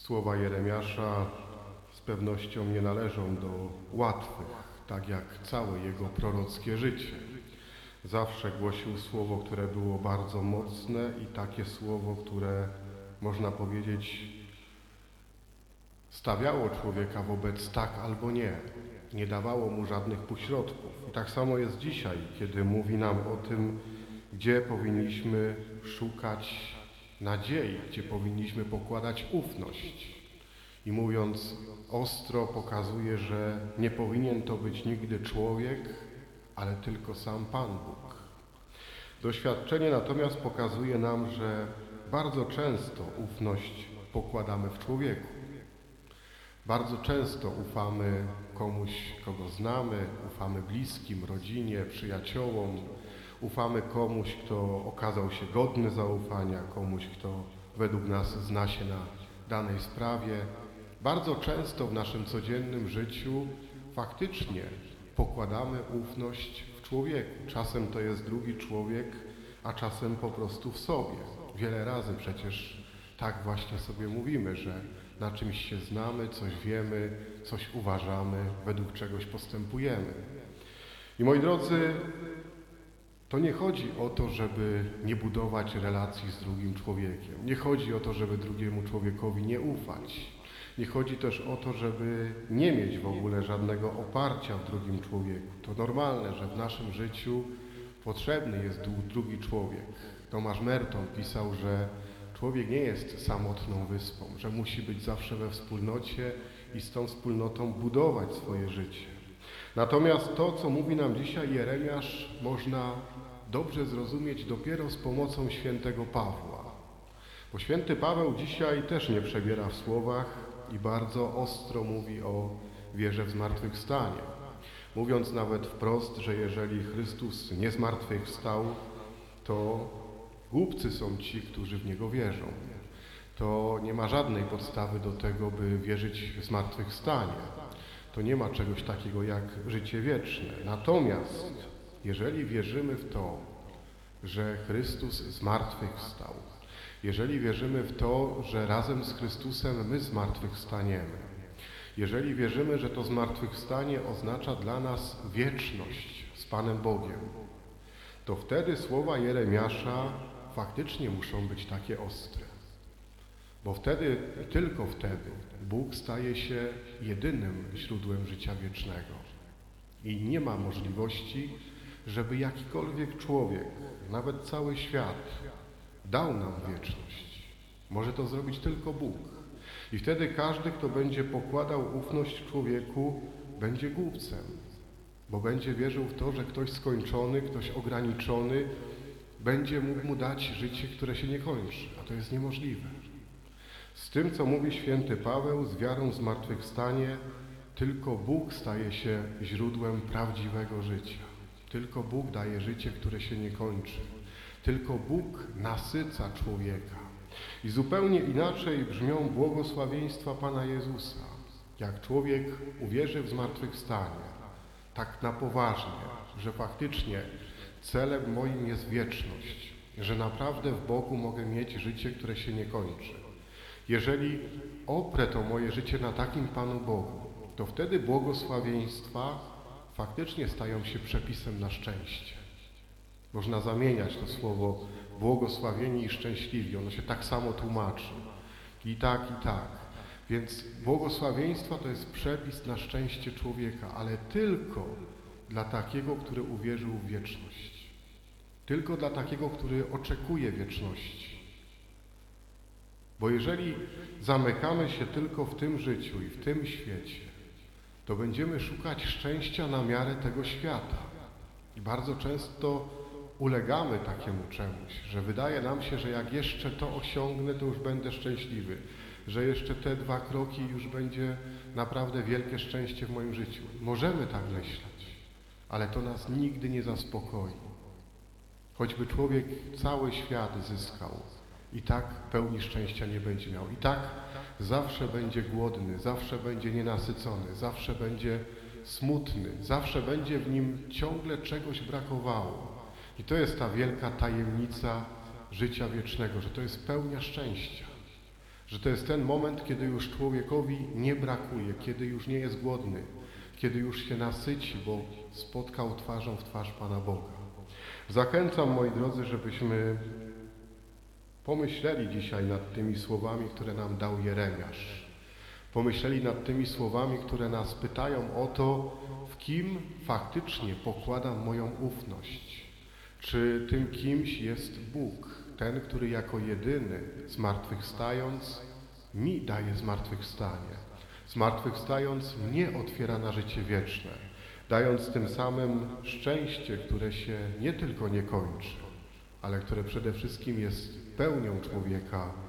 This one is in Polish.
Słowa Jeremiasza z pewnością nie należą do łatwych, tak jak całe jego prorockie życie. Zawsze głosił słowo, które było bardzo mocne i takie słowo, które, można powiedzieć, stawiało człowieka wobec tak albo nie. Nie dawało mu żadnych półśrodków. I tak samo jest dzisiaj, kiedy mówi nam o tym, gdzie powinniśmy szukać nadziei, gdzie powinniśmy pokładać ufność. I mówiąc ostro, pokazuje, że nie powinien to być nigdy człowiek, ale tylko sam Pan Bóg. Doświadczenie natomiast pokazuje nam, że bardzo często ufność pokładamy w człowieku. Bardzo często ufamy komuś, kogo znamy, ufamy bliskim, rodzinie, przyjaciołom, ufamy komuś, kto okazał się godny zaufania, komuś, kto według nas zna się na danej sprawie. Bardzo często w naszym codziennym życiu faktycznie pokładamy ufność w człowieku. Czasem to jest drugi człowiek, a czasem po prostu w sobie. Wiele razy przecież tak właśnie sobie mówimy, że na czymś się znamy, coś wiemy, coś uważamy, według czegoś postępujemy. I moi drodzy, to nie chodzi o to, żeby nie budować relacji z drugim człowiekiem. Nie chodzi o to, żeby drugiemu człowiekowi nie ufać. Nie chodzi też o to, żeby nie mieć w ogóle żadnego oparcia w drugim człowieku. To normalne, że w naszym życiu potrzebny jest drugi człowiek. Tomasz Merton pisał, że człowiek nie jest samotną wyspą, że musi być zawsze we wspólnocie i z tą wspólnotą budować swoje życie. Natomiast to, co mówi nam dzisiaj Jeremiasz, można dobrze zrozumieć dopiero z pomocą świętego Pawła. Bo święty Paweł dzisiaj też nie przebiera w słowach i bardzo ostro mówi o wierze w zmartwychwstanie. Mówiąc nawet wprost, że jeżeli Chrystus nie zmartwychwstał, to głupcy są ci, którzy w Niego wierzą. To nie ma żadnej podstawy do tego, by wierzyć w zmartwychwstanie. To nie ma czegoś takiego jak życie wieczne. Natomiast jeżeli wierzymy w to, że Chrystus zmartwychwstał, jeżeli wierzymy w to, że razem z Chrystusem my zmartwychwstaniemy, jeżeli wierzymy, że to zmartwychwstanie oznacza dla nas wieczność z Panem Bogiem, to wtedy słowa Jeremiasza faktycznie muszą być takie ostre. Bo wtedy, tylko wtedy, Bóg staje się jedynym źródłem życia wiecznego. I nie ma możliwości, żeby jakikolwiek człowiek, nawet cały świat, dał nam wieczność. Może to zrobić tylko Bóg. I wtedy każdy, kto będzie pokładał ufność w człowieku, będzie głupcem. Bo będzie wierzył w to, że ktoś skończony, ktoś ograniczony będzie mógł mu dać życie, które się nie kończy. A to jest niemożliwe. Z tym, co mówi święty Paweł, z wiarą w zmartwychwstanie, tylko Bóg staje się źródłem prawdziwego życia. Tylko Bóg daje życie, które się nie kończy. Tylko Bóg nasyca człowieka. I zupełnie inaczej brzmią błogosławieństwa Pana Jezusa. Jak człowiek uwierzy w zmartwychwstanie, tak na poważnie, że faktycznie celem moim jest wieczność, że naprawdę w Bogu mogę mieć życie, które się nie kończy. Jeżeli oprę to moje życie na takim Panu Bogu, to wtedy błogosławieństwa faktycznie stają się przepisem na szczęście. Można zamieniać to słowo błogosławieni i szczęśliwi. Ono się tak samo tłumaczy. I tak, i tak. Więc błogosławieństwa to jest przepis na szczęście człowieka, ale tylko dla takiego, który uwierzył w wieczność. Tylko dla takiego, który oczekuje wieczności. Bo jeżeli zamykamy się tylko w tym życiu i w tym świecie, to będziemy szukać szczęścia na miarę tego świata. I bardzo często ulegamy takiemu czemuś, że wydaje nam się, że jak jeszcze to osiągnę, to już będę szczęśliwy, że jeszcze te 2 kroki już będzie naprawdę wielkie szczęście w moim życiu. Możemy tak myśleć, ale to nas nigdy nie zaspokoi. Choćby człowiek cały świat zyskał, i tak pełni szczęścia nie będzie miał. I tak zawsze będzie głodny, zawsze będzie nienasycony, zawsze będzie smutny, zawsze będzie w nim ciągle czegoś brakowało. I to jest ta wielka tajemnica życia wiecznego, że to jest pełnia szczęścia. Że to jest ten moment, kiedy już człowiekowi nie brakuje, kiedy już nie jest głodny, kiedy już się nasyci, bo spotkał twarzą w twarz Pana Boga. Zachęcam, moi drodzy, żebyśmy pomyśleli dzisiaj nad tymi słowami, które nam dał Jeremiasz. Pomyśleli nad tymi słowami, które nas pytają o to, w kim faktycznie pokładam moją ufność. Czy tym kimś jest Bóg, ten, który jako jedyny, zmartwychwstając, mi daje zmartwychwstanie. Zmartwychwstając, mnie otwiera na życie wieczne, dając tym samym szczęście, które się nie tylko nie kończy, ale które przede wszystkim jest pełnią człowieka